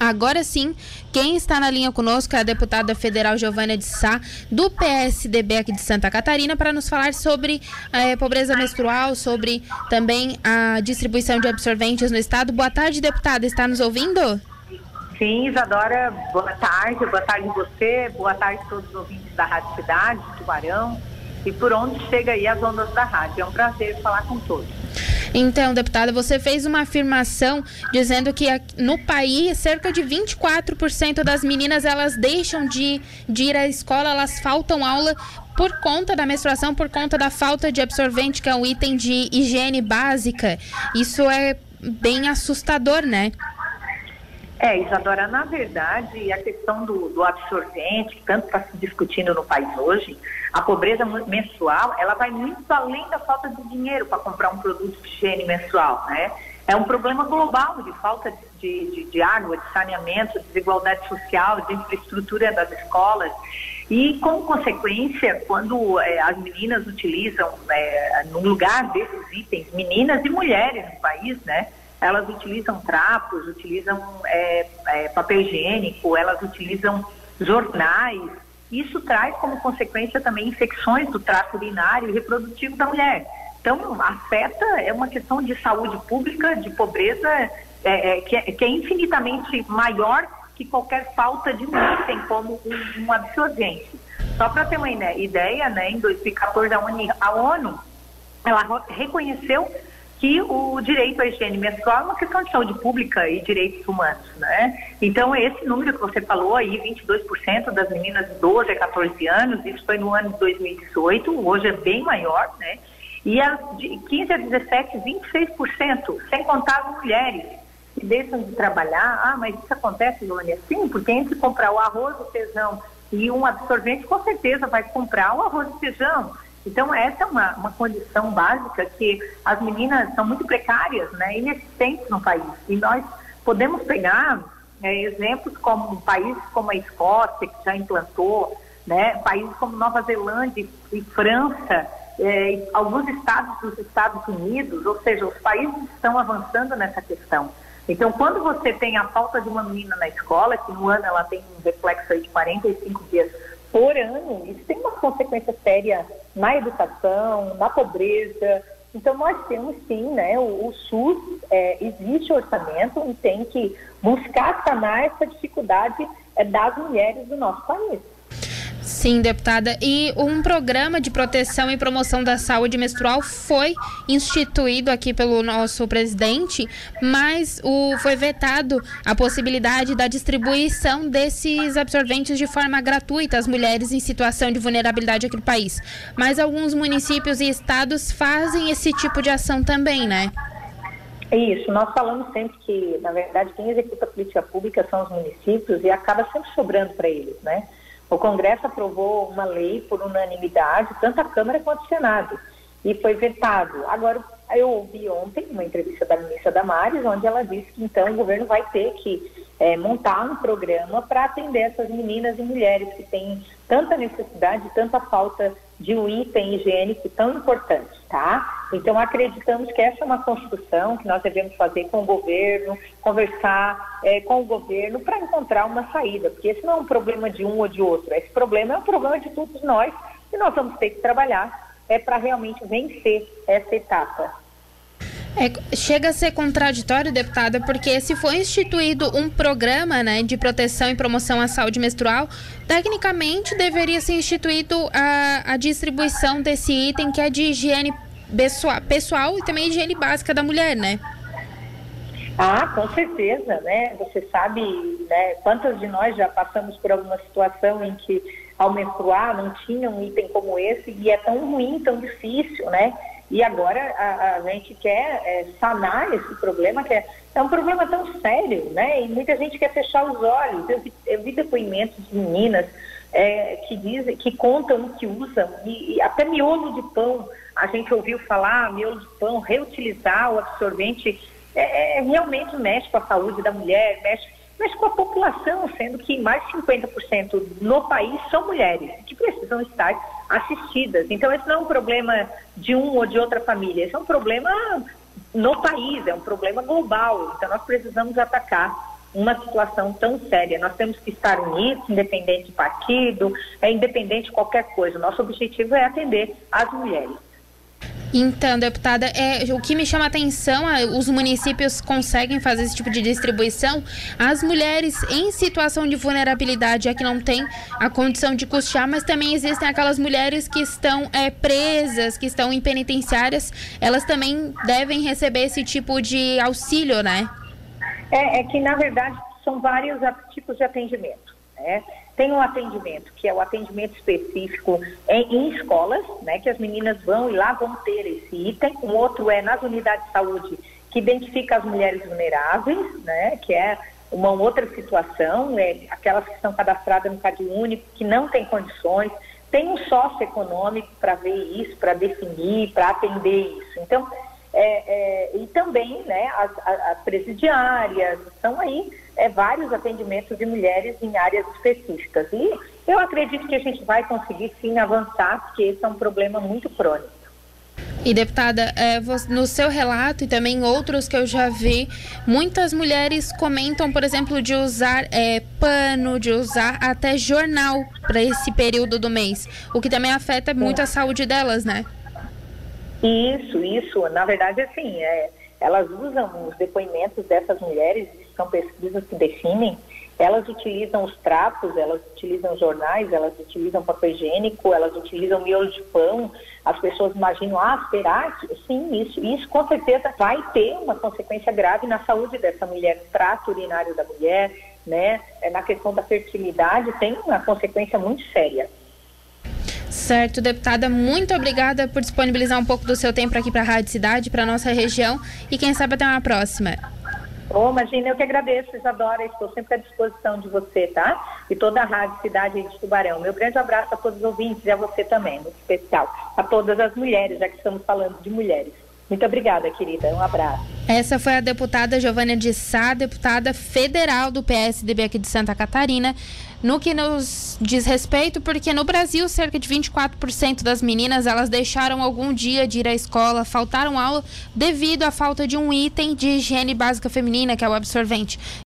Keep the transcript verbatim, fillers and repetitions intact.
Agora sim, quem está na linha conosco é a deputada federal Giovânia de Sá, do P S D B aqui de Santa Catarina, para nos falar sobre eh, pobreza menstrual, sobre também a distribuição de absorventes no estado. Boa tarde, deputada. Está nos ouvindo? Sim, Isadora, boa tarde. Boa tarde você, boa tarde a todos os ouvintes da Rádio Cidade, Tubarão, e por onde chega aí as ondas da rádio. É um prazer falar com todos. Então, deputada, você fez uma afirmação dizendo que no país cerca de vinte e quatro por cento das meninas elas deixam de, de ir à escola, elas faltam aula por conta da menstruação, por conta da falta de absorvente, que é um item de higiene básica. Isso é bem assustador, né? É, Isadora, na verdade, a questão do, do absorvente, que tanto está se discutindo no país hoje, a pobreza menstrual, ela vai muito além da falta de dinheiro para comprar um produto de higiene menstrual, né? É um problema global de falta de, de, de água, de saneamento, de desigualdade social, de infraestrutura das escolas. E, como consequência, quando é, as meninas utilizam, é, no lugar desses itens, meninas e mulheres no país, né? Elas utilizam trapos, utilizam é, é, papel higiênico, elas utilizam jornais. Isso traz como consequência também infecções do trato urinário e reprodutivo da mulher. Então, afeta, é uma questão de saúde pública, de pobreza, é, é, que, é, que é infinitamente maior que qualquer falta de um item como um, um absorvente. Só para ter uma ideia, né, em dois mil e quatorze, a ONU, a ONU ela reconheceu que o direito à higiene menstrual é uma questão de saúde pública e direitos humanos, né? Então, esse número que você falou aí, vinte e dois por cento das meninas de doze a quatorze anos, isso foi no ano de dois mil e dezoito, hoje é bem maior, né? E as de quinze a dezessete, vinte e seis por cento, sem contar as mulheres que deixam de trabalhar. Ah, mas isso acontece, Giovânia? Sim, porque entre comprar o arroz, o feijão e um absorvente, com certeza vai comprar o arroz e o feijão. Então, essa é uma, uma condição básica que as meninas são muito precárias, né, inexistentes no país. E nós podemos pegar é, exemplos como países como a Escócia, que já implantou, né, países como Nova Zelândia e França, é, alguns estados dos Estados Unidos, ou seja, os países estão avançando nessa questão. Então, quando você tem a falta de uma menina na escola, que no ano ela tem um reflexo aí de quarenta e cinco dias por ano, isso tem uma consequência séria na educação, na pobreza. Então, nós temos sim, né, o, o SUS, é, existe orçamento e tem que buscar sanar essa dificuldade é, das mulheres do nosso país. Sim, deputada. E um programa de proteção e promoção da saúde menstrual foi instituído aqui pelo nosso presidente, mas o, foi vetado a possibilidade da distribuição desses absorventes de forma gratuita às mulheres em situação de vulnerabilidade aqui no país. Mas alguns municípios e estados fazem esse tipo de ação também, né? Isso, nós falamos sempre que, na verdade, quem executa a política pública são os municípios e acaba sempre sobrando para eles, né? O Congresso aprovou uma lei por unanimidade, tanto a Câmara quanto o Senado, e foi vetado. Agora, eu ouvi ontem uma entrevista da ministra Damares, onde ela disse que então o governo vai ter que é, montar um programa para atender essas meninas e mulheres que têm tanta necessidade, tanta falta de um item higiênico tão importante, tá? Então, acreditamos que essa é uma construção que nós devemos fazer com o governo, conversar é, com o governo para encontrar uma saída, porque esse não é um problema de um ou de outro, esse problema é um problema de todos nós e nós vamos ter que trabalhar é, para realmente vencer essa etapa. É, chega a ser contraditório, deputada, porque se for instituído um programa, né, de proteção e promoção à saúde menstrual, tecnicamente deveria ser instituído a, a distribuição desse item que é de higiene pessoal, pessoal e também higiene básica da mulher, né? Ah, com certeza, né? Você sabe, né, quantas de nós já passamos por alguma situação em que ao menstruar não tinha um item como esse e é tão ruim, tão difícil, né? E agora a, a gente quer é, sanar esse problema, que é, é um problema tão sério, né? E muita gente quer fechar os olhos. Eu vi, eu vi depoimentos de meninas é, que dizem, que contam o que usam, e, e até miolo de pão, a gente ouviu falar, miolo de pão, reutilizar o absorvente, é, é, realmente mexe com a saúde da mulher, mexe, mexe com a população, sendo que mais de cinquenta por cento no país são mulheres, que precisam estar assistidas. Então, esse não é um problema de um ou de outra família, esse é um problema no país, é um problema global. Então, nós precisamos atacar uma situação tão séria. Nós temos que estar unidos, independente de partido, é, independente de qualquer coisa. Nosso objetivo é atender as mulheres. Então, deputada, é, o que me chama a atenção, é, os municípios conseguem fazer esse tipo de distribuição. As mulheres em situação de vulnerabilidade é que não tem a condição de custear, mas também existem aquelas mulheres que estão é, presas, que estão em penitenciárias, elas também devem receber esse tipo de auxílio, né? É, é que, na verdade, são vários tipos de atendimento, né? Tem um atendimento que é o atendimento específico em, em escolas, né, que as meninas vão e lá vão ter esse item. Um outro é nas unidades de saúde, que identifica as mulheres vulneráveis, né, que é uma outra situação, é aquelas que estão cadastradas no Cade Único, que não têm condições. Tem um sócio econômico para ver isso, para definir, para atender isso. Então, é, é, e também, né, as, as presidiárias, são aí é, vários atendimentos de mulheres em áreas específicas. E eu acredito que a gente vai conseguir sim avançar, porque esse é um problema muito crônico. E, deputada, é, no seu relato e também outros que eu já vi, muitas mulheres comentam, por exemplo, de usar é, pano, de usar até jornal para esse período do mês, o que também afeta muito a saúde delas, né? Isso, isso. Na verdade, assim, é, elas usam os depoimentos dessas mulheres, são pesquisas que definem, elas utilizam os trapos, elas utilizam jornais, elas utilizam papel higiênico, elas utilizam miolo de pão. As pessoas imaginam, ah, será que... Sim, isso, isso com certeza vai ter uma consequência grave na saúde dessa mulher, no trato urinário da mulher, né? Na questão da fertilidade, tem uma consequência muito séria. Certo, deputada, muito obrigada por disponibilizar um pouco do seu tempo aqui para a Rádio Cidade, para a nossa região, e quem sabe até uma próxima. Oh, imagina, eu que agradeço, Isadora, estou sempre à disposição de você, tá? E toda a Rádio Cidade de Tubarão. Meu grande abraço a todos os ouvintes e a você também, muito especial. A todas as mulheres, já que estamos falando de mulheres. Muito obrigada, querida. Um abraço. Essa foi a deputada Giovânia de Sá, deputada federal do P S D B aqui de Santa Catarina, no que nos diz respeito, porque no Brasil cerca de vinte e quatro por cento das meninas elas deixaram algum dia de ir à escola, faltaram aula devido à falta de um item de higiene básica feminina, que é o absorvente.